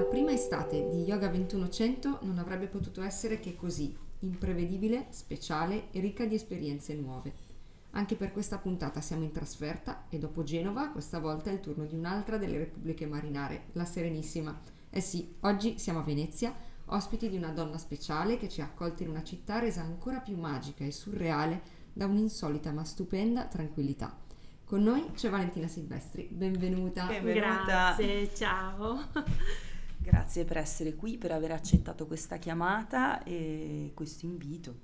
prima estate di Yoga 2100 non avrebbe potuto essere che così, imprevedibile, speciale e ricca di esperienze nuove. Anche per questa puntata siamo in trasferta e dopo Genova questa volta è il turno di un'altra delle repubbliche marinare, la Serenissima. Eh sì, oggi siamo a Venezia, ospiti di una donna speciale che ci ha accolti in una città resa ancora più magica e surreale da un'insolita ma stupenda tranquillità. Con noi c'è Valentina Silvestri, benvenuta. Grazie, ciao. Grazie per essere qui, per aver accettato questa chiamata e questo invito.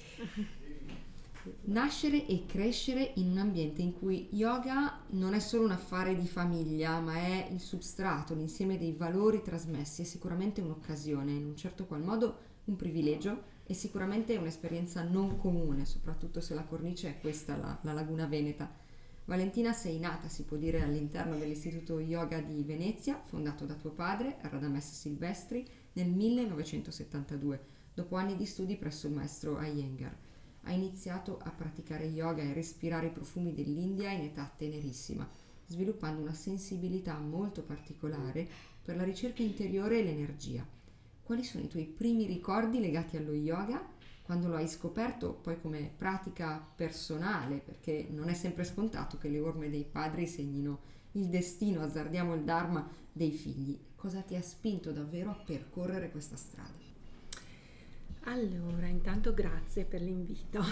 Nascere e crescere in un ambiente in cui yoga non è solo un affare di famiglia, ma è il substrato, l'insieme dei valori trasmessi, è sicuramente un'occasione, in un certo qual modo un privilegio e sicuramente un'esperienza non comune, soprattutto se la cornice è questa, la Laguna Veneta. Valentina, sei nata, si può dire, all'interno dell'Istituto Yoga di Venezia, fondato da tuo padre, Radames Silvestri, nel 1972, dopo anni di studi presso il maestro Iyengar. Ha iniziato a praticare yoga e respirare i profumi dell'India in età tenerissima, sviluppando una sensibilità molto particolare per la ricerca interiore e l'energia. Quali sono i tuoi primi ricordi legati allo yoga? Quando lo hai scoperto poi come pratica personale, perché non è sempre scontato che le orme dei padri segnino il destino, azzardiamo il dharma dei figli. Cosa ti ha spinto davvero a percorrere questa strada? Allora, intanto grazie per l'invito.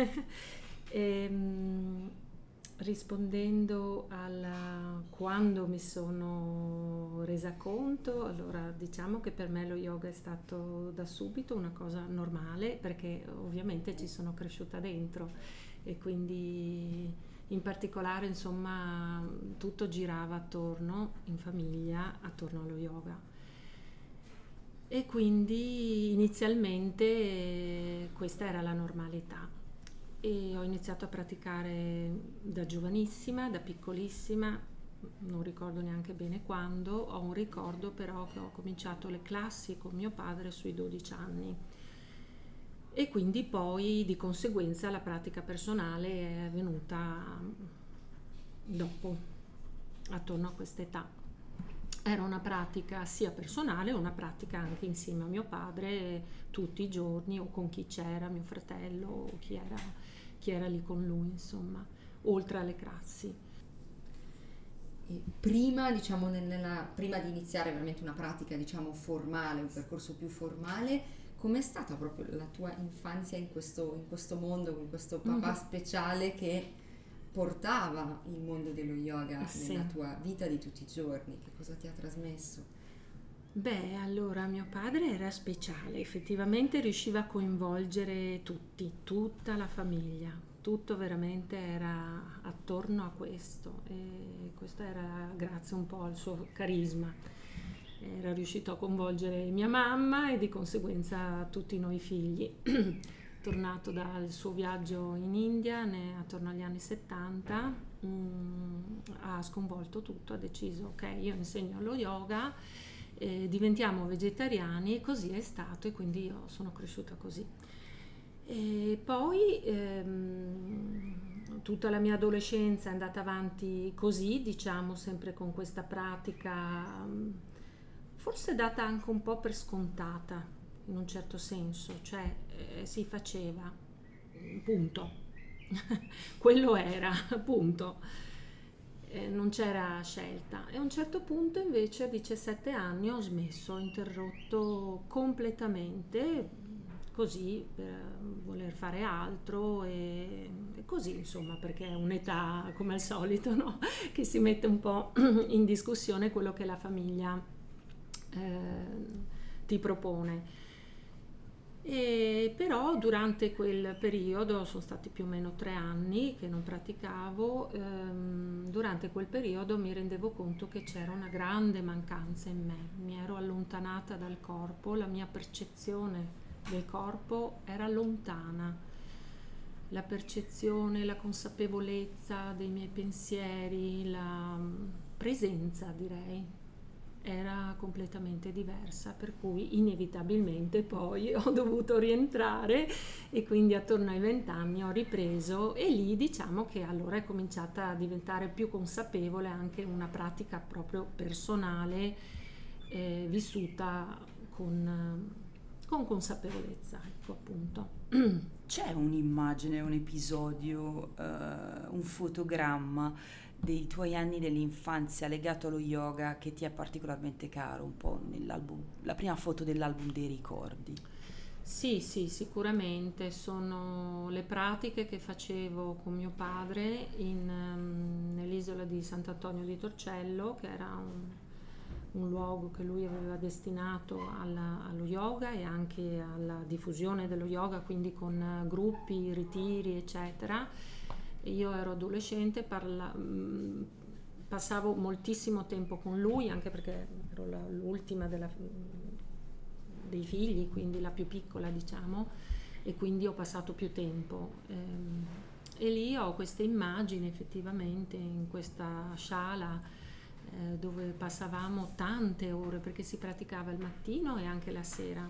Rispondendo a quando mi sono resa conto, allora diciamo che per me lo yoga è stato da subito una cosa normale, perché ovviamente ci sono cresciuta dentro e quindi in particolare insomma tutto girava attorno, in famiglia, attorno allo yoga. E quindi inizialmente questa era la normalità e ho iniziato a praticare da giovanissima, da piccolissima, non ricordo neanche bene quando, ho un ricordo però che ho cominciato le classi con mio padre sui 12 anni e quindi poi di conseguenza la pratica personale è venuta dopo, attorno a quest'età. Era una pratica sia personale, una pratica anche insieme a mio padre tutti i giorni o con chi c'era, mio fratello o chi era lì con lui, insomma, oltre alle classi. E prima, diciamo, prima di iniziare veramente una pratica, diciamo, formale, un percorso più formale, com'è stata proprio la tua infanzia in questo mondo, con questo papà speciale che portava il mondo dello yoga nella tua vita di tutti i giorni? Che cosa ti ha trasmesso? Beh, allora mio padre era speciale, effettivamente riusciva a coinvolgere tutti, tutta la famiglia, tutto veramente era attorno a questo e questo era grazie un po' al suo carisma. Era riuscito a coinvolgere mia mamma e di conseguenza tutti noi figli. Tornato dal suo viaggio in India attorno agli anni 70, ha sconvolto tutto, ha deciso ok, io insegno lo yoga, diventiamo vegetariani e così è stato e quindi io sono cresciuta così. E poi tutta la mia adolescenza è andata avanti così, diciamo, sempre con questa pratica, forse data anche un po' per scontata in un certo senso, cioè si faceva, punto. Quello era, punto. Non c'era scelta. E a un certo punto invece a 17 anni ho smesso, ho interrotto completamente, così per voler fare altro e così insomma, perché è un'età come al solito, no? Che si mette un po' in discussione quello che la famiglia ti propone. E però durante quel periodo, sono stati più o meno 3 anni che non praticavo, durante quel periodo mi rendevo conto che c'era una grande mancanza in me, mi ero allontanata dal corpo, la mia percezione del corpo era lontana, la percezione, la consapevolezza dei miei pensieri, la presenza direi era completamente diversa, per cui inevitabilmente poi ho dovuto rientrare e quindi attorno ai 20 anni ho ripreso e lì diciamo che allora è cominciata a diventare più consapevole anche una pratica proprio personale vissuta con consapevolezza, ecco, appunto. C'è un'immagine, un episodio, un fotogramma dei tuoi anni dell'infanzia legato allo yoga che ti è particolarmente caro, un po' nell'album, la prima foto dell'album dei ricordi? Sì, sì, sicuramente sono le pratiche che facevo con mio padre nell'isola di Sant'Antonio di Torcello, che era un luogo che lui aveva destinato allo yoga e anche alla diffusione dello yoga, quindi con gruppi, ritiri, eccetera. Io ero adolescente, passavo moltissimo tempo con lui, anche perché ero l'ultima dei figli, quindi la più piccola, diciamo, e quindi ho passato più tempo. E lì ho queste immagini effettivamente in questa sciala dove passavamo tante ore, perché si praticava il mattino e anche la sera.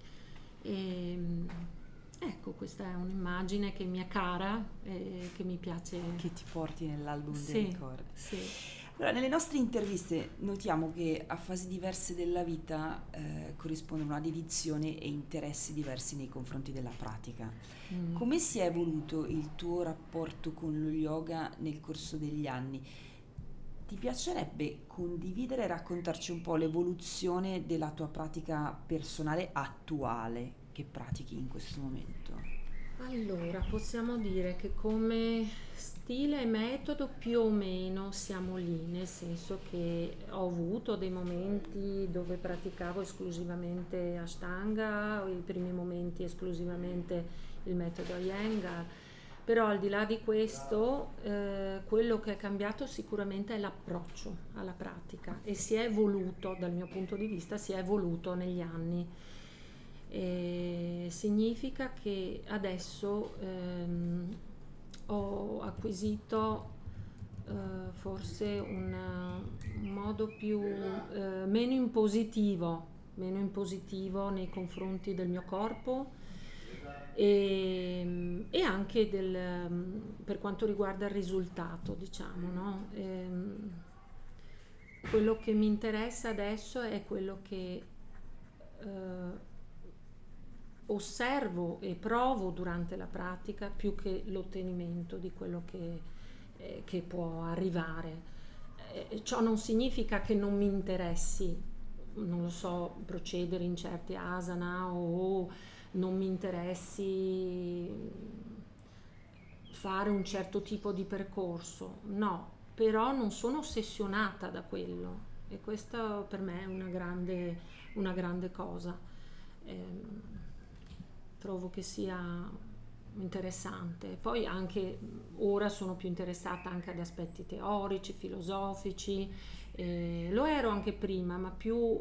E, ecco, questa è un'immagine che mi è cara e che mi piace. Che ti porti nell'album Sì, dei ricordi. sì. Allora, nelle nostre interviste notiamo che a fasi diverse della vita corrisponde una dedizione e interessi diversi nei confronti della pratica. Come si è evoluto il tuo rapporto con lo yoga nel corso degli anni? Ti piacerebbe condividere e raccontarci un po' l'evoluzione della tua pratica personale attuale che pratichi in questo momento? Allora, possiamo dire che come stile e metodo più o meno siamo lì, nel senso che ho avuto dei momenti dove praticavo esclusivamente Ashtanga, o i primi momenti esclusivamente il metodo Iyengar, però al di là di questo, quello che è cambiato sicuramente è l'approccio alla pratica e si è evoluto, dal mio punto di vista, si è evoluto negli anni. Significa che adesso ho acquisito forse un modo meno impositivo nei confronti del mio corpo e anche per quanto riguarda il risultato, diciamo, no? Quello che mi interessa adesso è quello che osservo e provo durante la pratica più che l'ottenimento di quello che può arrivare. Ciò non significa che non mi interessi, non lo so, procedere in certi asana o non mi interessi fare un certo tipo di percorso, no, però non sono ossessionata da quello e questa per me è una grande cosa. Trovo che sia interessante. Poi anche ora sono più interessata anche ad aspetti teorici, filosofici, lo ero anche prima, ma più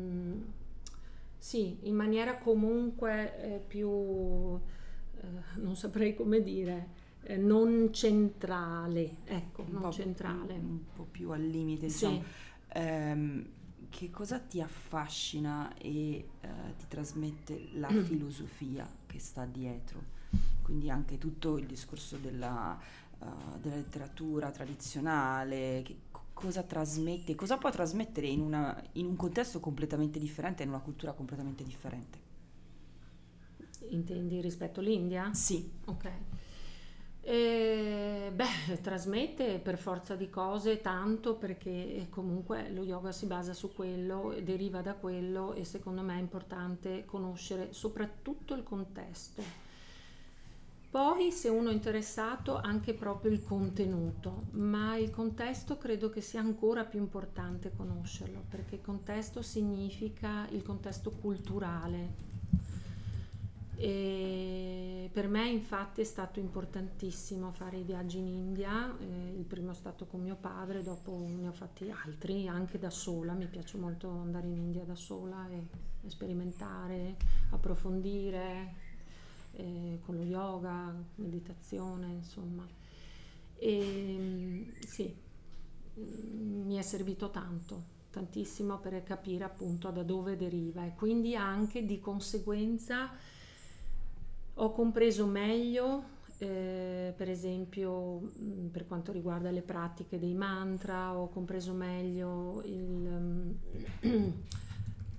sì, in maniera comunque più non saprei come dire, non centrale, ecco, non centrale. Un po' più al limite, diciamo. Sì. Che cosa ti affascina e ti trasmette la filosofia che sta dietro? Quindi anche tutto il discorso della letteratura tradizionale, cosa trasmette, cosa può trasmettere in un contesto completamente differente, in una cultura completamente differente. Intendi rispetto all'India? Sì. Ok. Trasmette per forza di cose tanto, perché comunque lo yoga si basa su quello, deriva da quello e secondo me è importante conoscere soprattutto il contesto. Poi se uno è interessato anche proprio il contenuto, ma il contesto credo che sia ancora più importante conoscerlo, perché il contesto significa il contesto culturale. E per me infatti è stato importantissimo fare i viaggi in India, il primo è stato con mio padre, dopo ne ho fatti altri anche da sola, mi piace molto andare in India da sola e sperimentare, approfondire con lo yoga, meditazione, insomma. E sì, mi è servito tantissimo per capire appunto da dove deriva e quindi anche di conseguenza ho compreso meglio, per esempio per quanto riguarda le pratiche dei mantra, ho compreso meglio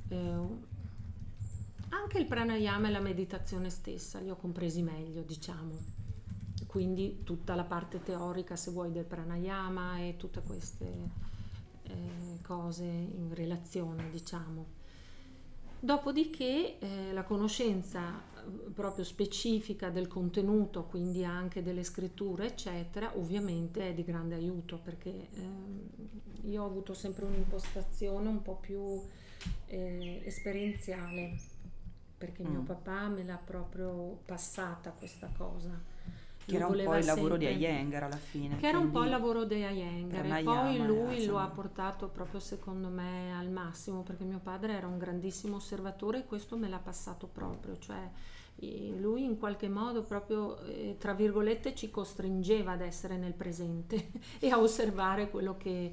anche il pranayama e la meditazione stessa li ho compresi meglio, diciamo. Quindi tutta la parte teorica, se vuoi, del pranayama e tutte queste cose in relazione, diciamo. Dopodiché la conoscenza proprio specifica del contenuto, quindi anche delle scritture, eccetera, ovviamente è di grande aiuto, perché io ho avuto sempre un'impostazione un po' più esperienziale, perché mio papà me l'ha proprio passata questa cosa. Che era un po' il lavoro di Iyengar alla fine. Che era un po' il lavoro di Iyengar, e poi lui lo ha insomma, portato proprio, secondo me, al massimo, perché mio padre era un grandissimo osservatore e questo me l'ha passato proprio, cioè lui in qualche modo proprio, tra virgolette, ci costringeva ad essere nel presente e a osservare quello che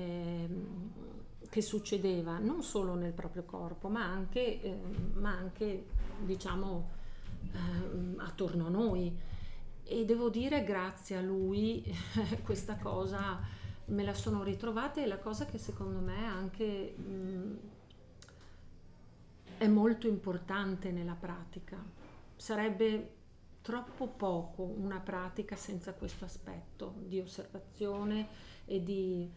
succedeva, non solo nel proprio corpo, ma anche diciamo, attorno a noi. E devo dire, grazie a lui questa cosa me la sono ritrovata, e la cosa che secondo me anche è molto importante nella pratica. Sarebbe troppo poco una pratica senza questo aspetto di osservazione e di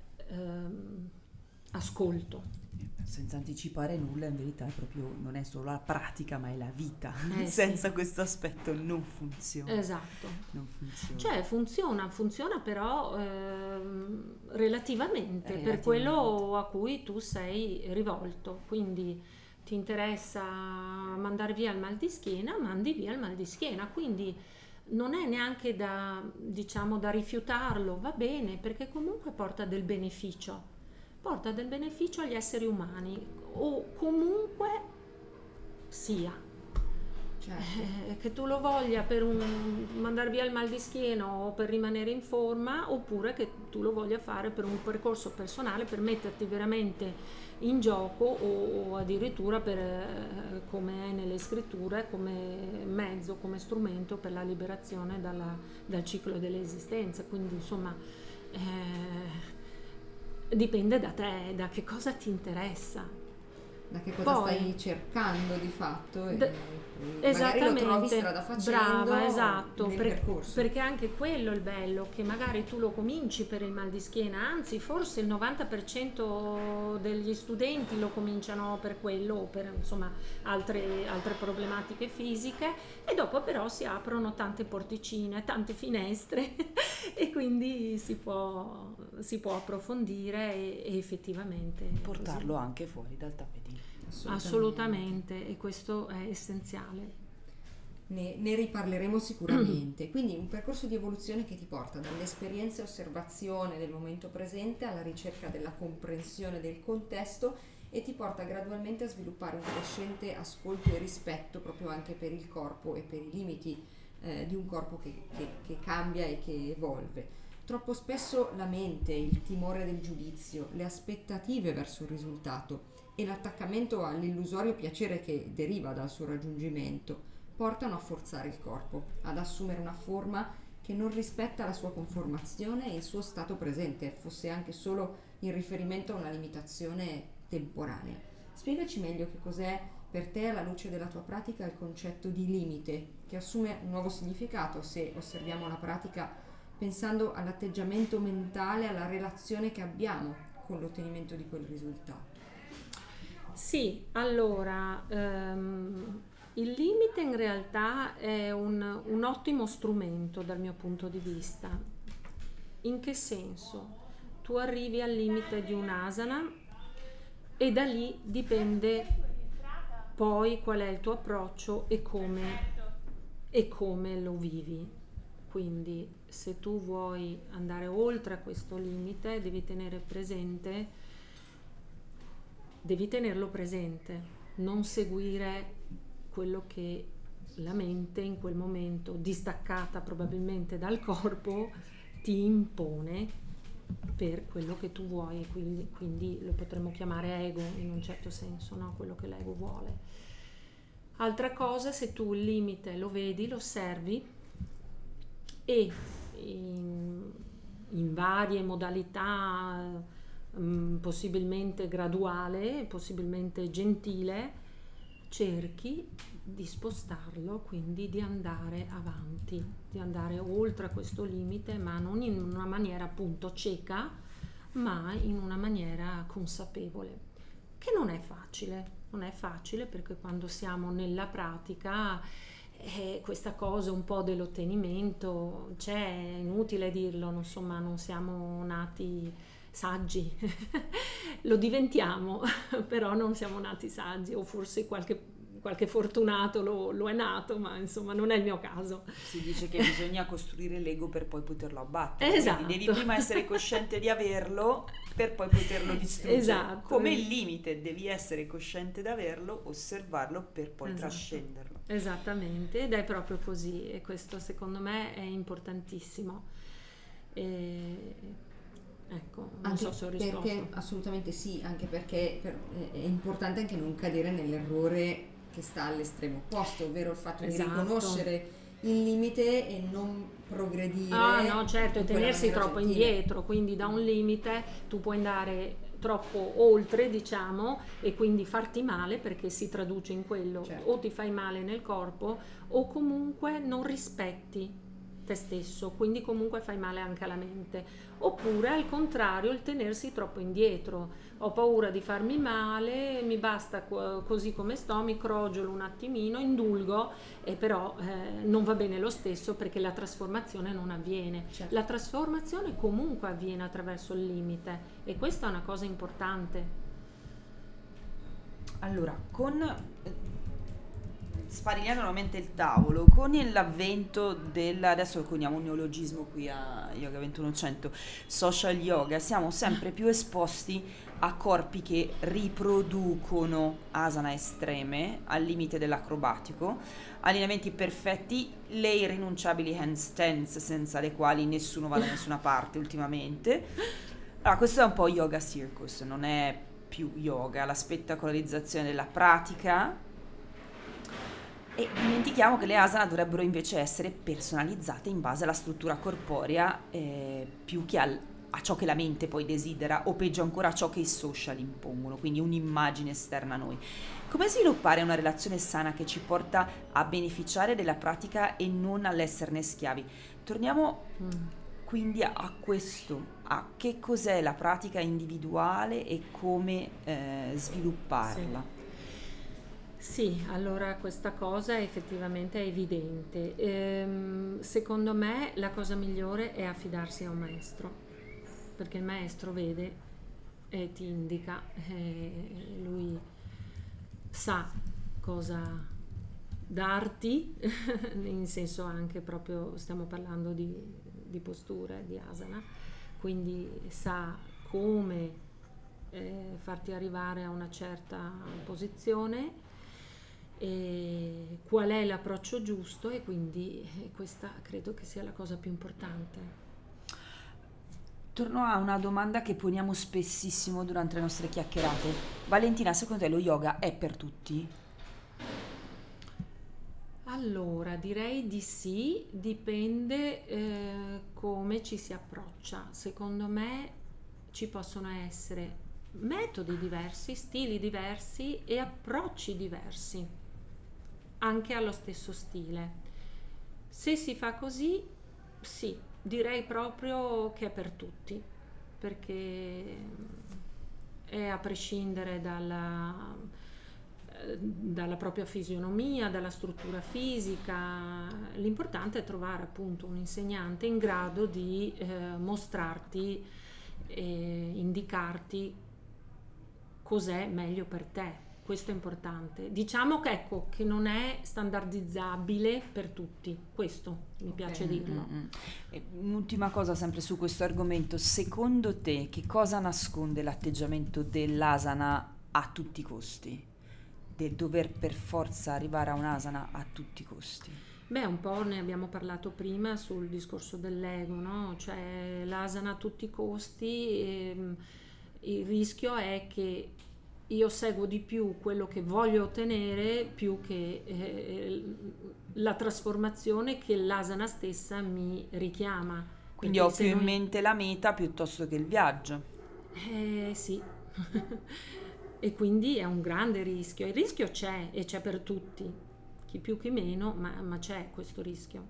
ascolto. Senza anticipare nulla, in verità è proprio, non è solo la pratica, ma è la vita. Senza sì, questo aspetto non funziona. Esatto. Non funziona. Cioè funziona però relativamente per quello a cui tu sei rivolto. Quindi ti interessa mandare via il mal di schiena, mandi via il mal di schiena. Quindi non è neanche da rifiutarlo, va bene, perché comunque porta del beneficio agli esseri umani, o comunque sia, certo, che tu lo voglia per mandare via il mal di schiena o per rimanere in forma, oppure che tu lo voglia fare per un percorso personale, per metterti veramente in gioco, o addirittura per, come è nelle scritture, come mezzo, come strumento per la liberazione dal ciclo dell'esistenza. Quindi insomma dipende da te, da che cosa ti interessa, da che cosa stai cercando di fatto, esattamente, magari lo trovi strada facendo. Brava, esatto, percorso. Perché anche quello è il bello, che magari tu lo cominci per il mal di schiena, anzi forse il 90% degli studenti lo cominciano per quello, o per insomma altre problematiche fisiche, e dopo però si aprono tante porticine, tante finestre e quindi si può approfondire e effettivamente portarlo anche fuori dal tappetino. Assolutamente, e questo è essenziale. Ne riparleremo sicuramente. Quindi un percorso di evoluzione che ti porta dall'esperienza e osservazione del momento presente alla ricerca della comprensione del contesto, e ti porta gradualmente a sviluppare un crescente ascolto e rispetto proprio anche per il corpo e per i limiti di un corpo che cambia e che evolve. Troppo spesso la mente, il timore del giudizio, le aspettative verso il risultato e l'attaccamento all'illusorio piacere che deriva dal suo raggiungimento portano a forzare il corpo, ad assumere una forma che non rispetta la sua conformazione e il suo stato presente, fosse anche solo in riferimento a una limitazione temporanea. Spiegaci meglio che cos'è per te, alla luce della tua pratica, il concetto di limite, che assume un nuovo significato se osserviamo la pratica pensando all'atteggiamento mentale, alla relazione che abbiamo con l'ottenimento di quel risultato. Sì, allora, il limite in realtà è un ottimo strumento dal mio punto di vista. In che senso? Tu arrivi al limite di un'asana e da lì dipende poi qual è il tuo approccio e come lo vivi. Quindi se tu vuoi andare oltre a questo limite devi tenerlo presente, non seguire quello che la mente in quel momento, distaccata probabilmente dal corpo, ti impone per quello che tu vuoi, quindi lo potremmo chiamare ego in un certo senso, no? Quello che l'ego vuole. Altra cosa, se tu il limite lo vedi, lo osservi, e in varie modalità possibilmente graduale, possibilmente gentile, cerchi di spostarlo, quindi di andare avanti, di andare oltre questo limite, ma non in una maniera appunto cieca, ma in una maniera consapevole, che non è facile perché quando siamo nella pratica questa cosa un po' dell'ottenimento c'è, è inutile dirlo, insomma non siamo nati saggi, lo diventiamo, però non siamo nati saggi, o forse qualche fortunato lo è nato, ma insomma non è il mio caso. Si dice che bisogna costruire l'ego per poi poterlo abbattere, Esatto. quindi devi prima essere cosciente di averlo per poi poterlo distruggere. Esatto. Come il limite devi essere cosciente di averlo, osservarlo per poi trascenderlo. Esattamente, ed è proprio così, e questo secondo me è importantissimo. Ecco, non so se ho risposto. Perché, assolutamente sì, anche perché è importante anche non cadere nell'errore che sta all'estremo opposto, ovvero il fatto di riconoscere il limite e non progredire. No, certo, e tenersi troppo indietro, quindi da un limite tu puoi andare troppo oltre, diciamo, e quindi farti male, perché si traduce in quello, certo. O ti fai male nel corpo o comunque non rispetti te stesso, quindi comunque fai male anche alla mente, oppure al contrario il tenersi troppo indietro, ho paura di farmi male, mi basta così come sto, mi crogiolo un attimino, indulgo, e però non va bene lo stesso, perché la trasformazione non avviene. Certo. La trasformazione comunque avviene attraverso il limite, e questa è una cosa importante. Allora, sparigliando nuovamente il tavolo, con l'avvento adesso coniamo un neologismo qui a Yoga 2100, social yoga, siamo sempre più esposti a corpi che riproducono asana estreme al limite dell'acrobatico, allineamenti perfetti, le irrinunciabili handstands senza le quali nessuno va da nessuna parte ultimamente. Allora, questo è un po' yoga circus, non è più yoga, la spettacolarizzazione della pratica. E dimentichiamo che le asana dovrebbero invece essere personalizzate in base alla struttura corporea, più che a ciò che la mente poi desidera, o peggio ancora a ciò che i social impongono, quindi un'immagine esterna a noi. Come sviluppare una relazione sana che ci porta a beneficiare della pratica e non all'esserne schiavi? Torniamo quindi a questo, a che cos'è la pratica individuale e come svilupparla. Sì, allora questa cosa effettivamente è evidente. Secondo me la cosa migliore è affidarsi a un maestro, perché il maestro vede e ti indica, lui sa cosa darti, in senso anche proprio, stiamo parlando di posture, di asana, quindi sa come farti arrivare a una certa posizione, e qual è l'approccio giusto, e quindi questa credo che sia la cosa più importante. Torno a una domanda che poniamo spessissimo durante le nostre chiacchierate. Valentina, secondo te lo yoga è per tutti? Allora, direi di sì, dipende come ci si approccia. Secondo me ci possono essere metodi diversi, stili diversi e approcci diversi anche allo stesso stile. Se si fa così, sì, direi proprio che è per tutti, perché è a prescindere dalla propria fisionomia, dalla struttura fisica. L'importante è trovare appunto un insegnante in grado di mostrarti e indicarti cos'è meglio per te. Questo è importante. Diciamo che che non è standardizzabile per tutti, questo mi piace dirlo. Un'ultima cosa sempre su questo argomento, secondo te che cosa nasconde l'atteggiamento dell'asana a tutti i costi? Del dover per forza arrivare a un'asana a tutti i costi? Beh, un po' ne abbiamo parlato prima sul discorso dell'ego, no? Cioè l'asana a tutti i costi, il rischio è che io seguo di più quello che voglio ottenere più che la trasformazione che l'asana stessa mi richiama. Quindi ho più in mente la meta piuttosto che il viaggio. Sì. E quindi è un grande rischio. Il rischio c'è e c'è per tutti, chi più chi meno, ma c'è questo rischio.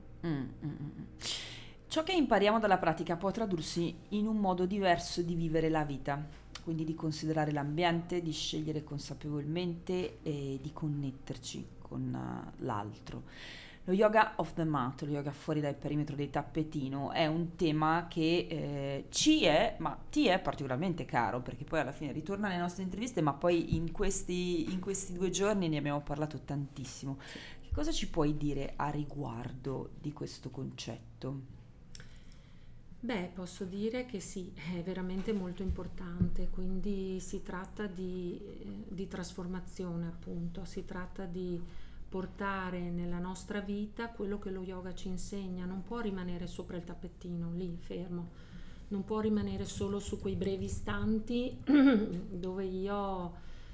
Ciò che impariamo dalla pratica può tradursi in un modo diverso di vivere la vita, quindi di considerare l'ambiente, di scegliere consapevolmente e di connetterci con l'altro. Lo yoga off the mat, lo yoga fuori dal perimetro del tappetino, è un tema che ma ti è particolarmente caro, perché poi alla fine ritorna alle nostre interviste, ma poi in questi 2 giorni ne abbiamo parlato tantissimo. Che cosa ci puoi dire a riguardo di questo concetto? Beh, posso dire che sì, è veramente molto importante, quindi si tratta di trasformazione, appunto, si tratta di portare nella nostra vita quello che lo yoga ci insegna, non può rimanere sopra il tappettino, lì fermo, non può rimanere solo su quei brevi istanti dove io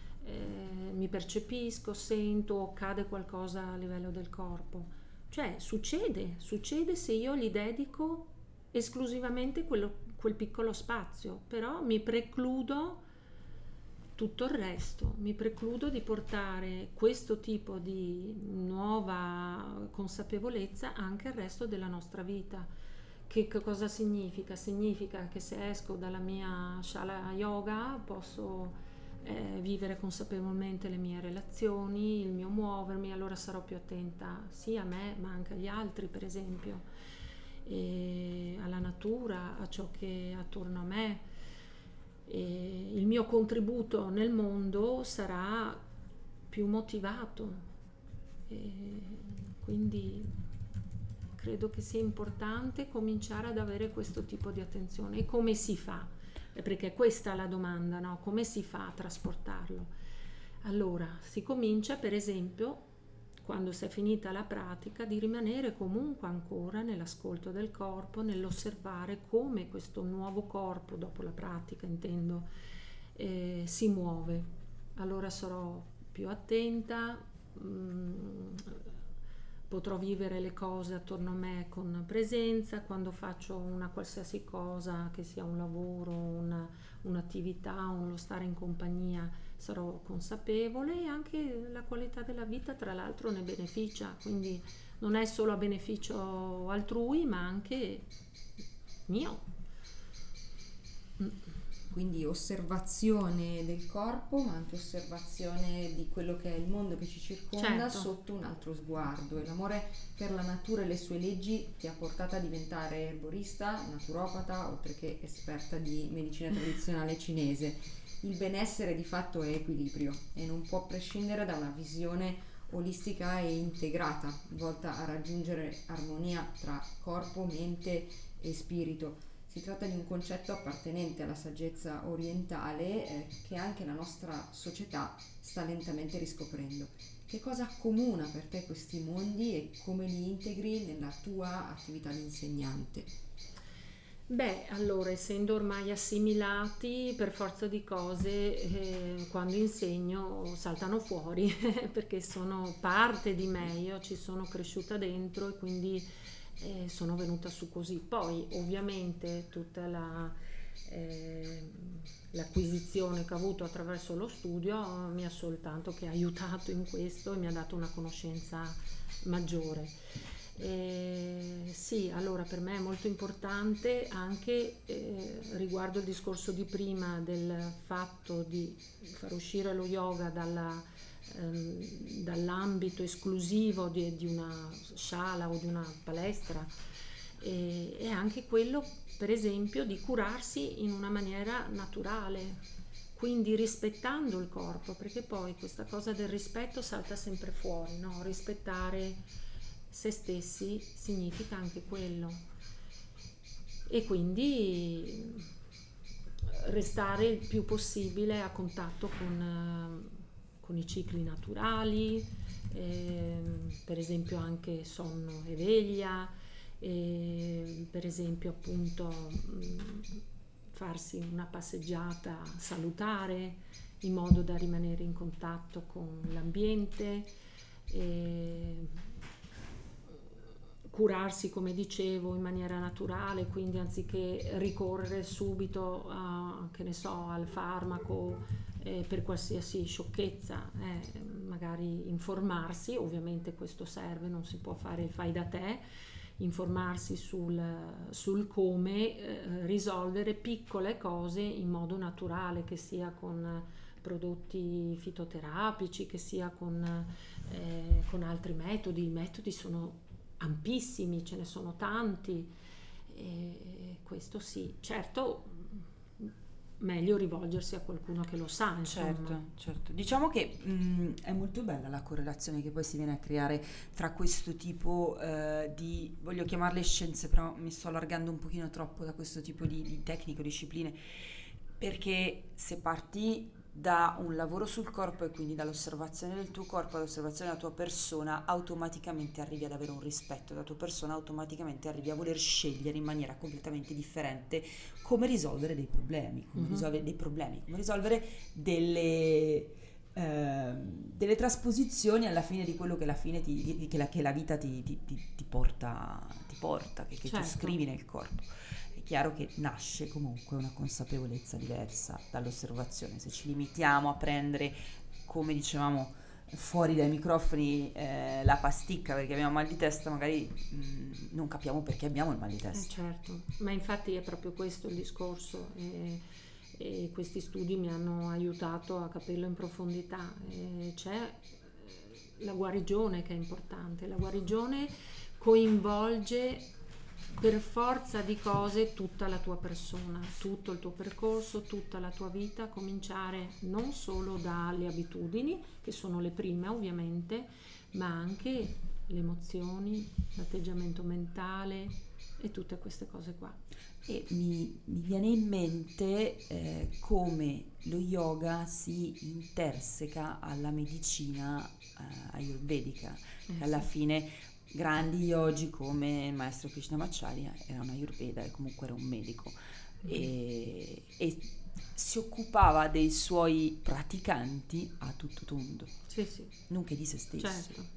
mi percepisco, sento o accade qualcosa a livello del corpo. Cioè succede se io gli dedico esclusivamente quel piccolo spazio, però mi precludo tutto il resto, mi precludo di portare questo tipo di nuova consapevolezza anche al resto della nostra vita. Che cosa significa? Significa che se esco dalla mia shala yoga posso vivere consapevolmente le mie relazioni, il mio muovermi, allora sarò più attenta sia a me ma anche agli altri, per esempio, e alla natura, a ciò che è attorno a me. E il mio contributo nel mondo sarà più motivato, e quindi credo che sia importante cominciare ad avere questo tipo di attenzione. E come si fa? Perché questa è la domanda, no? Come si fa a trasportarlo? Allora, si comincia per esempio, quando si è finita la pratica, di rimanere comunque ancora nell'ascolto del corpo, nell'osservare come questo nuovo corpo, dopo la pratica intendo, si muove. Allora sarò più attenta, potrò vivere le cose attorno a me con presenza. Quando faccio una qualsiasi cosa, che sia un lavoro, un'attività, lo stare in compagnia, sarò consapevole, e anche la qualità della vita tra l'altro ne beneficia, quindi non è solo a beneficio altrui ma anche mio. Quindi osservazione del corpo, ma anche osservazione di quello che è il mondo che ci circonda, certo, sotto un altro sguardo. E l'amore per la natura e le sue leggi ti ha portata a diventare erborista, naturopata, oltre che esperta di medicina tradizionale cinese. Il benessere di fatto è equilibrio e non può prescindere da una visione olistica e integrata, volta a raggiungere armonia tra corpo, mente e spirito. Si tratta di un concetto appartenente alla saggezza orientale che anche la nostra società sta lentamente riscoprendo. Che cosa accomuna per te questi mondi e come li integri nella tua attività di insegnante? Beh, allora, essendo ormai assimilati, per forza di cose, quando insegno saltano fuori perché sono parte di me, io ci sono cresciuta dentro e quindi sono venuta su così. Poi ovviamente tutta l'acquisizione che ho avuto attraverso lo studio mi ha soltanto che aiutato in questo e mi ha dato una conoscenza maggiore. Sì, allora per me è molto importante anche riguardo il discorso di prima del fatto di far uscire lo yoga dall'ambito esclusivo di una sala o di una palestra, e anche quello per esempio di curarsi in una maniera naturale, quindi rispettando il corpo, perché poi questa cosa del rispetto salta sempre fuori, no? Rispettare se stessi significa anche quello, e quindi restare il più possibile a contatto con i cicli naturali, per esempio anche sonno e veglia, per esempio appunto farsi una passeggiata salutare in modo da rimanere in contatto con l'ambiente, curarsi, come dicevo, in maniera naturale, quindi anziché ricorrere subito a che ne so, al farmaco per qualsiasi sciocchezza, magari informarsi, ovviamente questo serve, non si può fare il fai da te, informarsi sul come risolvere piccole cose in modo naturale, che sia con prodotti fitoterapici, che sia con altri metodi. I metodi sono ampissimi, ce ne sono tanti, e questo sì, certo meglio rivolgersi a qualcuno che lo sa, insomma. Certo. Diciamo che è molto bella la correlazione che poi si viene a creare tra questo tipo di, voglio chiamarle scienze, però mi sto allargando un pochino troppo da questo tipo di tecniche o discipline, perché se parti da un lavoro sul corpo e quindi dall'osservazione del tuo corpo all'osservazione della tua persona, automaticamente arrivi ad avere un rispetto della tua persona, automaticamente arrivi a voler scegliere in maniera completamente differente come risolvere dei problemi, come risolvere delle trasposizioni alla fine di quello che che la vita ti porta, che Certo. ti scrivi nel corpo. Chiaro che nasce comunque una consapevolezza diversa dall'osservazione. Se ci limitiamo a prendere, come dicevamo fuori dai microfoni, la pasticca perché abbiamo mal di testa, magari non capiamo perché abbiamo il mal di testa. Certo, ma infatti è proprio questo il discorso, e questi studi mi hanno aiutato a capirlo in profondità. C'è la guarigione che è importante, la guarigione coinvolge per forza di cose tutta la tua persona, tutto il tuo percorso, tutta la tua vita, a cominciare non solo dalle abitudini, che sono le prime ovviamente, ma anche le emozioni, l'atteggiamento mentale e tutte queste cose qua. E mi viene in mente come lo yoga si interseca alla medicina ayurvedica, che alla fine grandi yogi come il maestro Krishnamacharya era un ayurveda e comunque era un medico e si occupava dei suoi praticanti a tutto tondo, Sì, nonché di se stesso. certo.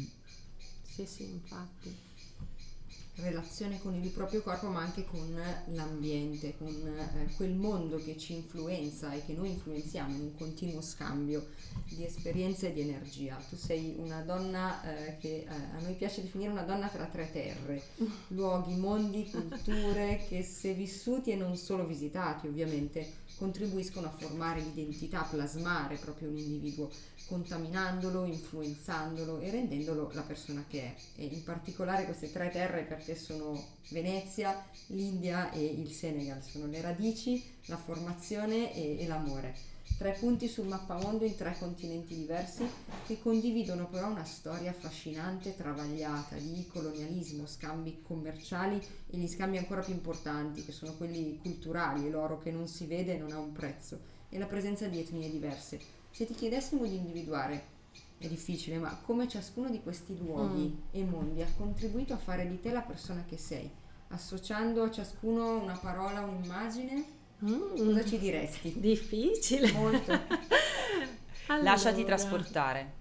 Sì, infatti. Relazione con il proprio corpo, ma anche con l'ambiente, con quel mondo che ci influenza e che noi influenziamo in un continuo scambio di esperienze e di energia. Tu sei una donna che a noi piace definire una donna tra tre terre, luoghi, mondi, culture che, se vissuti e non solo visitati ovviamente, contribuiscono a formare l'identità, a plasmare proprio un individuo, contaminandolo, influenzandolo e rendendolo la persona che è. E in particolare queste tre terre per te sono Venezia, l'India e il Senegal, sono le radici, la formazione e l'amore. 3 punti sul mappamondo in 3 continenti diversi che condividono però una storia affascinante, travagliata di colonialismo, scambi commerciali e gli scambi ancora più importanti che sono quelli culturali, e l'oro che non si vede non ha un prezzo, e la presenza di etnie diverse. Se ti chiedessimo di individuare, è difficile, ma come ciascuno di questi luoghi e mondi ha contribuito a fare di te la persona che sei, associando a ciascuno una parola, un'immagine, cosa ci diresti? Difficile. Molto. Allora. Lasciati trasportare.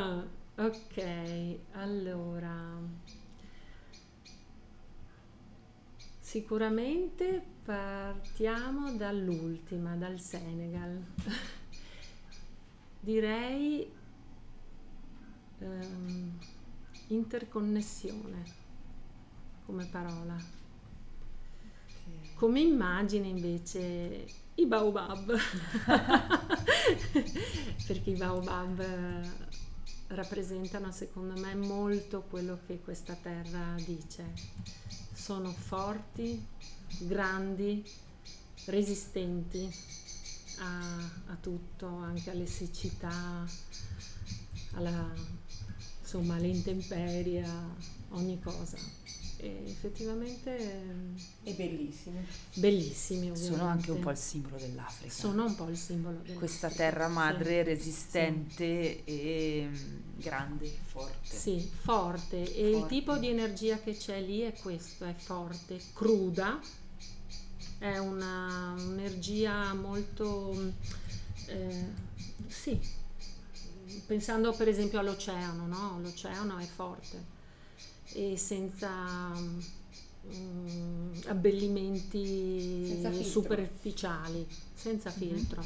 Ok, allora sicuramente partiamo dall'ultima, dal Senegal. Direi interconnessione come parola. Come immagine invece i baobab, perché i baobab rappresentano secondo me molto quello che questa terra dice. Sono forti, grandi, resistenti a tutto, anche alle siccità, alle intemperie, a ogni cosa. E effettivamente È bellissimo. Bellissimi, ovviamente. Sono anche un po' il simbolo dell'Africa. Sono un po' il simbolo dell'Africa. Questa terra madre resistente sì. E grande, forte. Sì, forte. E il tipo di energia che c'è lì è questo, è forte, cruda, è un'energia molto sì, pensando per esempio all'oceano, no? L'oceano è forte e senza abbellimenti Senza filtro. superficiali, senza filtro.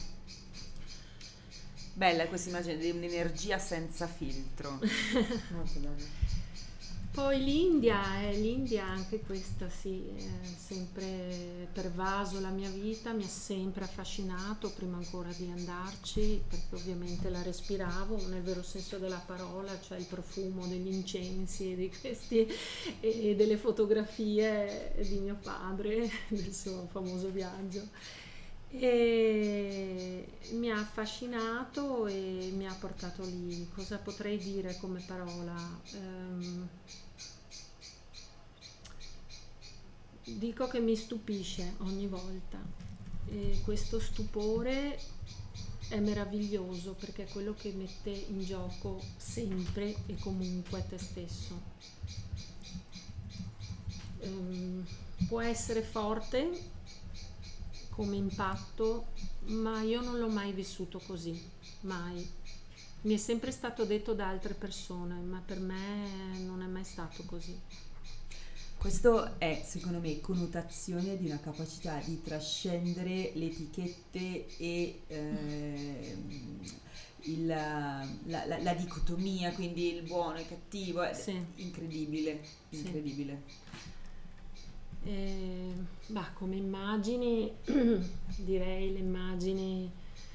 Bella questa immagine di un'energia senza filtro. Molto bello. Poi l'India anche questa sì, è sempre pervaso la mia vita, mi ha sempre affascinato prima ancora di andarci, perché ovviamente la respiravo nel vero senso della parola, cioè il profumo degli incensi e di questi e delle fotografie di mio padre del suo famoso viaggio. E mi ha affascinato e mi ha portato lì. Cosa potrei dire come parola? Dico che mi stupisce ogni volta e questo stupore è meraviglioso perché è quello che mette in gioco sempre e comunque te stesso. Può essere forte come impatto, ma io non l'ho mai vissuto così, mai. Mi è sempre stato detto da altre persone, ma per me non è mai stato così. Questo è, secondo me, connotazione di una capacità di trascendere le etichette e la dicotomia, quindi il buono e il cattivo, è Sì. incredibile, Sì. incredibile. Come immagini, direi le immagini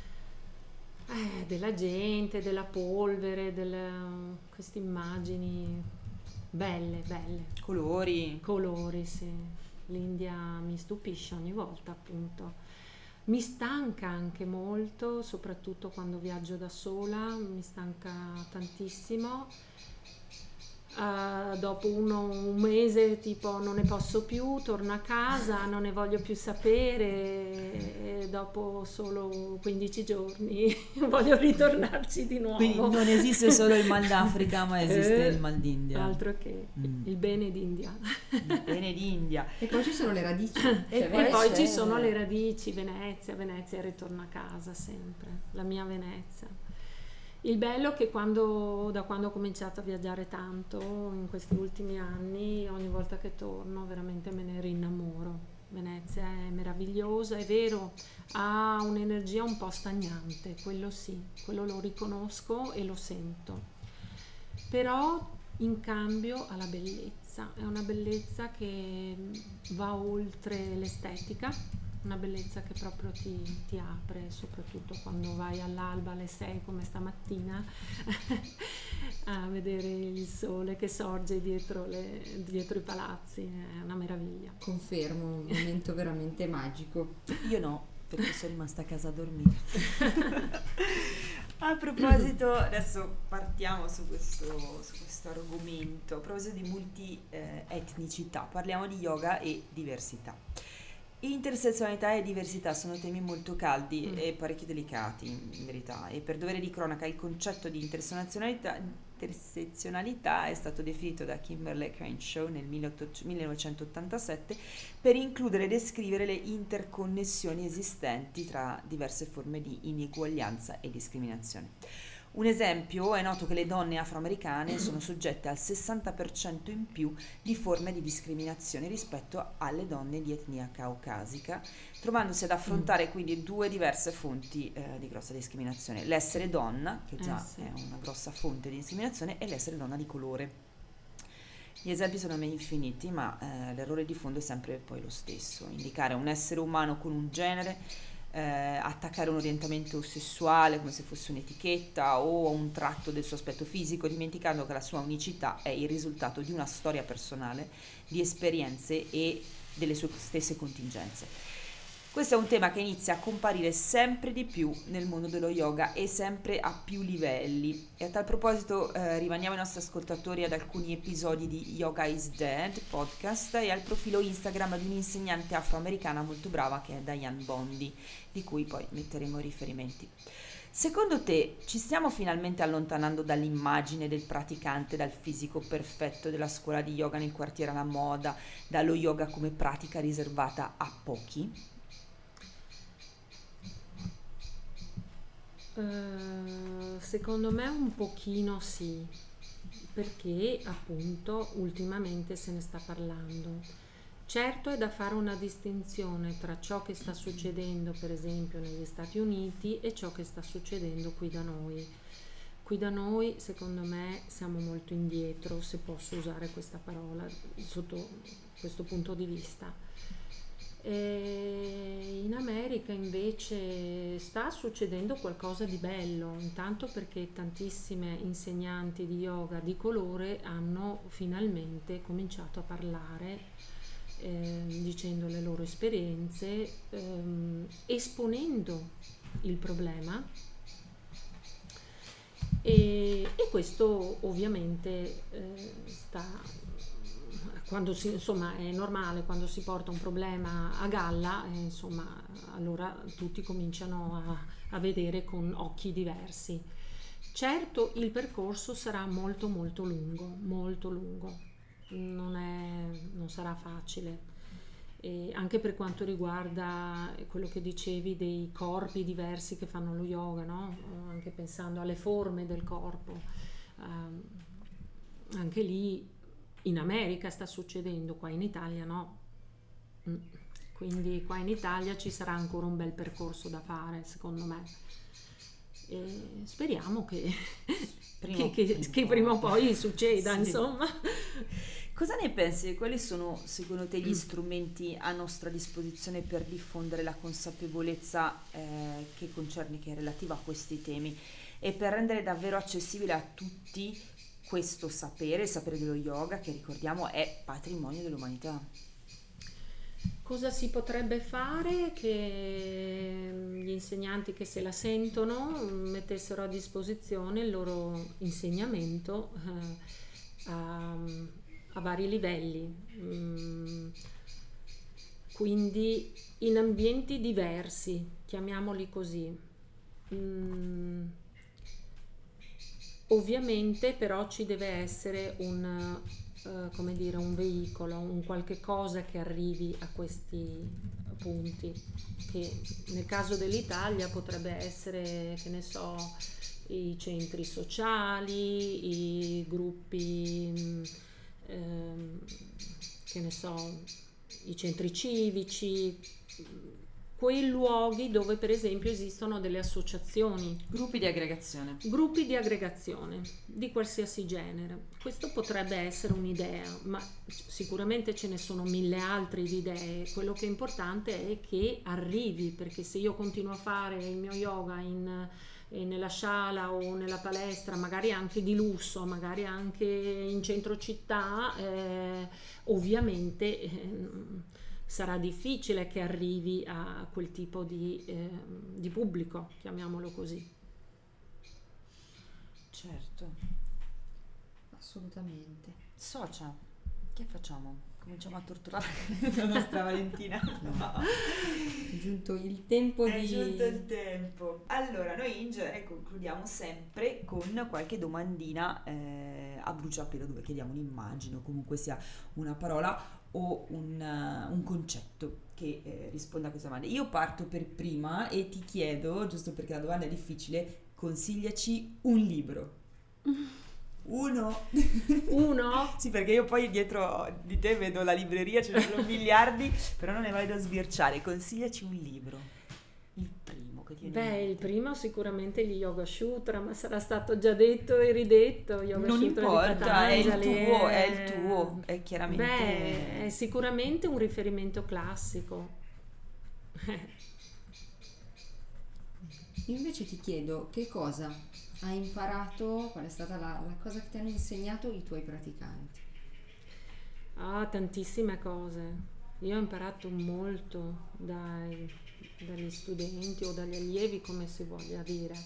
della gente, della polvere, queste immagini belle. Colori, sì. L'India mi stupisce ogni volta, appunto. Mi stanca anche molto, soprattutto quando viaggio da sola, mi stanca tantissimo. Dopo un mese tipo non ne posso più, torno a casa, non ne voglio più sapere e dopo solo 15 giorni voglio ritornarci di nuovo. Quindi non esiste solo il mal d'Africa, ma esiste il mal d'India. Altro che il bene d'India. Il bene d'India. E poi ci sono le radici. E poi ci sono le radici, Venezia e ritorno a casa sempre, la mia Venezia. Il bello è che da quando ho cominciato a viaggiare tanto in questi ultimi anni, ogni volta che torno veramente me ne rinnamoro. Venezia è meravigliosa, è vero, ha un'energia un po' stagnante, quello sì, quello lo riconosco e lo sento. Però in cambio ha la bellezza, è una bellezza che va oltre l'estetica. Una bellezza che proprio ti apre, soprattutto quando vai all'alba alle 6 come stamattina a vedere il sole che sorge dietro i palazzi, è una meraviglia. Confermo, un momento veramente magico. Io no, perché sono rimasta a casa a dormire. A proposito, adesso partiamo su questo argomento, a proposito di multietnicità, parliamo di yoga e diversità. Intersezionalità e diversità sono temi molto caldi e parecchio delicati in verità, e per dovere di cronaca il concetto di intersezionalità è stato definito da Kimberlé Crenshaw nel 1987 per includere e descrivere le interconnessioni esistenti tra diverse forme di ineguaglianza e discriminazione. Un esempio: è noto che le donne afroamericane sono soggette al 60% in più di forme di discriminazione rispetto alle donne di etnia caucasica, trovandosi ad affrontare quindi due diverse fonti di grossa discriminazione: l'essere donna, che già è una grossa fonte di discriminazione, e l'essere donna di colore. Gli esempi sono infiniti, ma l'errore di fondo è sempre poi lo stesso: indicare un essere umano con un genere, attaccare un orientamento sessuale come se fosse un'etichetta o un tratto del suo aspetto fisico, dimenticando che la sua unicità è il risultato di una storia personale, di esperienze e delle sue stesse contingenze. Questo è un tema che inizia a comparire sempre di più nel mondo dello yoga e sempre a più livelli. E a tal proposito rimaniamo ai nostri ascoltatori ad alcuni episodi di Yoga is Dead podcast e al profilo Instagram di un'insegnante afroamericana molto brava che è Diane Bondi, di cui poi metteremo i riferimenti. Secondo te ci stiamo finalmente allontanando dall'immagine del praticante, dal fisico perfetto della scuola di yoga nel quartiere alla moda, dallo yoga come pratica riservata a pochi? Secondo me un pochino sì, perché appunto ultimamente se ne sta parlando Certo è da fare una distinzione tra ciò che sta succedendo per esempio negli Stati Uniti e ciò che sta succedendo qui da noi. Qui da noi, secondo me, siamo molto indietro, se posso usare questa parola, sotto questo punto di vista. E in America invece sta succedendo qualcosa di bello, intanto perché tantissime insegnanti di yoga di colore hanno finalmente cominciato a parlare, dicendo le loro esperienze, esponendo il problema. E questo ovviamente insomma, è normale quando si porta un problema a galla, insomma, allora tutti cominciano a vedere con occhi diversi. Certo, il percorso sarà molto molto lungo, non sarà facile. E anche per quanto riguarda quello che dicevi dei corpi diversi che fanno lo yoga, no? Anche pensando alle forme del corpo, anche lì in America sta succedendo, qua in Italia no. Quindi qua in Italia ci sarà ancora un bel percorso da fare, secondo me. E speriamo che prima o poi succeda, sì. Insomma. Cosa ne pensi? Quali sono secondo te gli strumenti a nostra disposizione per diffondere la consapevolezza che è relativa a questi temi e per rendere davvero accessibile a tutti questo sapere, il sapere dello yoga, che ricordiamo è patrimonio dell'umanità? Cosa si potrebbe fare? Che gli insegnanti che se la sentono mettessero a disposizione il loro insegnamento a vari livelli, quindi in ambienti diversi, chiamiamoli così. Ovviamente però ci deve essere un veicolo, un qualche cosa che arrivi a questi punti, che nel caso dell'Italia potrebbe essere, che ne so, i centri sociali, i gruppi, che ne so, i centri civici, quei luoghi dove per esempio esistono delle associazioni, gruppi di aggregazione di qualsiasi genere. Questo potrebbe essere un'idea, ma sicuramente ce ne sono mille altre di idee. Quello che è importante è che arrivi, perché se io continuo a fare il mio yoga nella sala o nella palestra, magari anche di lusso, magari anche in centro città, ovviamente sarà difficile che arrivi a quel tipo di pubblico, chiamiamolo così. Certo. Assolutamente. Socia, che facciamo? Cominciamo a torturare la nostra Valentina. No. È giunto il tempo È giunto il tempo. Allora, noi in genere concludiamo sempre con qualche domandina a bruciapelo, dove chiediamo un'immagine o comunque sia una parola o un concetto che risponda a questa domanda. Io parto per prima e ti chiedo, giusto perché la domanda è difficile, consigliaci un libro. Uno? Sì, perché io poi dietro di te vedo la libreria, ce ne sono miliardi, però non ne vai da sbirciare. Consigliaci un libro. Il primo che ti viene in mente. Il primo sicuramente gli Yoga Sutra, ma sarà stato già detto e ridetto. Yoga non Sutra importa, è il tuo, è è chiaramente... sicuramente un riferimento classico. Io invece ti chiedo che cosa hai imparato, qual è stata la cosa che ti hanno insegnato i tuoi praticanti? Tantissime cose. Io ho imparato molto dagli studenti o dagli allievi, come si voglia dire.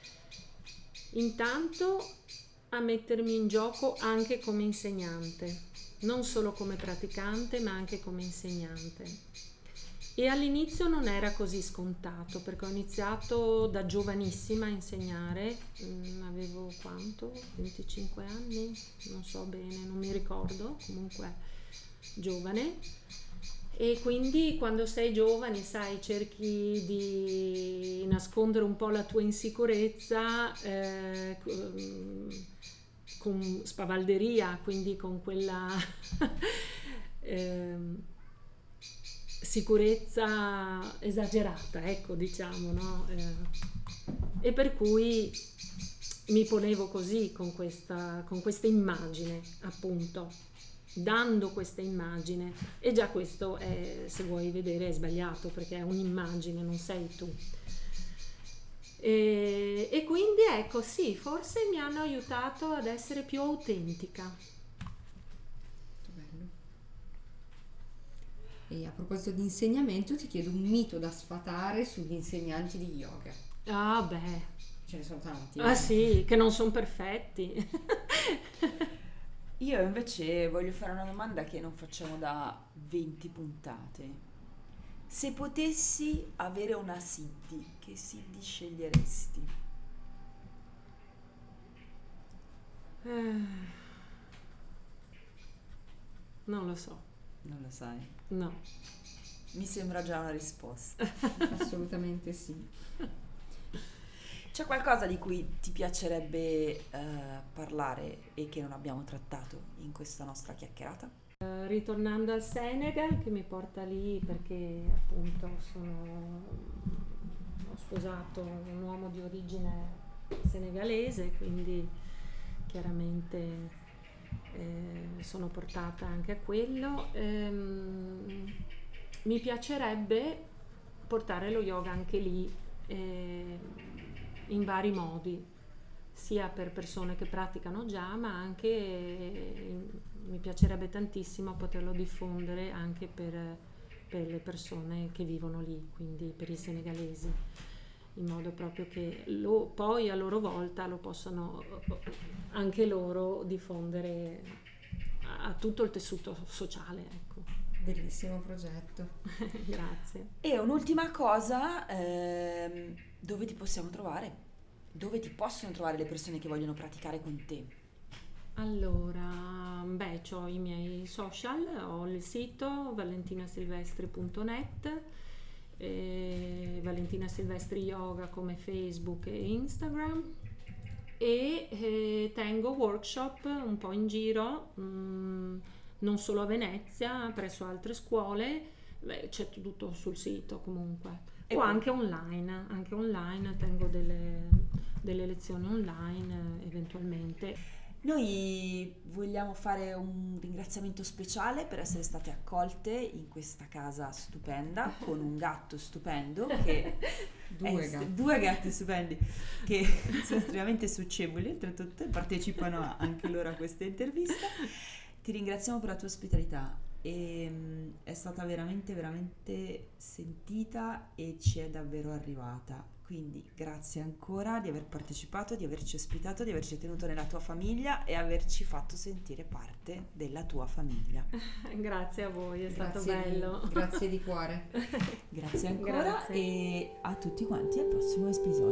Intanto a mettermi in gioco anche come insegnante, non solo come praticante, ma anche come insegnante. E all'inizio non era così scontato, perché ho iniziato da giovanissima a insegnare, avevo quanto? 25 anni? Non so bene, non mi ricordo, comunque giovane. E quindi quando sei giovane, sai, cerchi di nascondere un po' la tua insicurezza con spavalderia, quindi con quella sicurezza esagerata, ecco, diciamo, no? E per cui mi ponevo così con questa immagine, appunto, dando questa immagine, e già questo è, se vuoi vedere, è sbagliato, perché è un'immagine, non sei tu. E quindi ecco, sì, forse mi hanno aiutato ad essere più autentica. Bello. E a proposito di insegnamento, ti chiedo un mito da sfatare sugli insegnanti di yoga. Ah beh, Ce ne sono tanti. ah sì, che non sono perfetti. Io invece voglio fare una domanda che non facciamo da 20 puntate. Se potessi avere una Siddhi, che Siddhi sceglieresti? Non lo so, Non lo sai. no. Mi sembra già una risposta. Assolutamente sì. C'è qualcosa di cui ti piacerebbe parlare e che non abbiamo trattato in questa nostra chiacchierata? Ritornando al Senegal, che mi porta lì perché appunto ho sposato un uomo di origine senegalese, quindi chiaramente sono portata anche a quello. Mi piacerebbe portare lo yoga anche lì, in vari modi, sia per persone che praticano già, ma anche mi piacerebbe tantissimo poterlo diffondere anche per le persone che vivono lì, quindi per i senegalesi, in modo proprio che poi a loro volta lo possano anche loro diffondere a tutto il tessuto sociale, ecco. Bellissimo progetto. Grazie. E un'ultima cosa, dove ti possiamo trovare? Dove ti possono trovare le persone che vogliono praticare con te? Allora, ho i miei social, ho il sito valentinasilvestri.net, Valentina Silvestri Yoga come Facebook e Instagram, e tengo workshop un po' in giro, non solo a Venezia, presso altre scuole. C'è tutto sul sito comunque, o anche online tengo delle lezioni online eventualmente. Noi vogliamo fare un ringraziamento speciale per essere state accolte in questa casa stupenda con un gatto stupendo che due gatti stupendi che sono estremamente socievoli, oltretutto partecipano anche loro a questa intervista. Ti ringraziamo per la tua ospitalità, è stata veramente veramente sentita e ci è davvero arrivata. Quindi grazie ancora di aver partecipato, di averci ospitato, di averci tenuto nella tua famiglia e averci fatto sentire parte della tua famiglia. Grazie a voi, è stato bello. Grazie di cuore. Grazie ancora. Grazie. E a tutti quanti al prossimo episodio.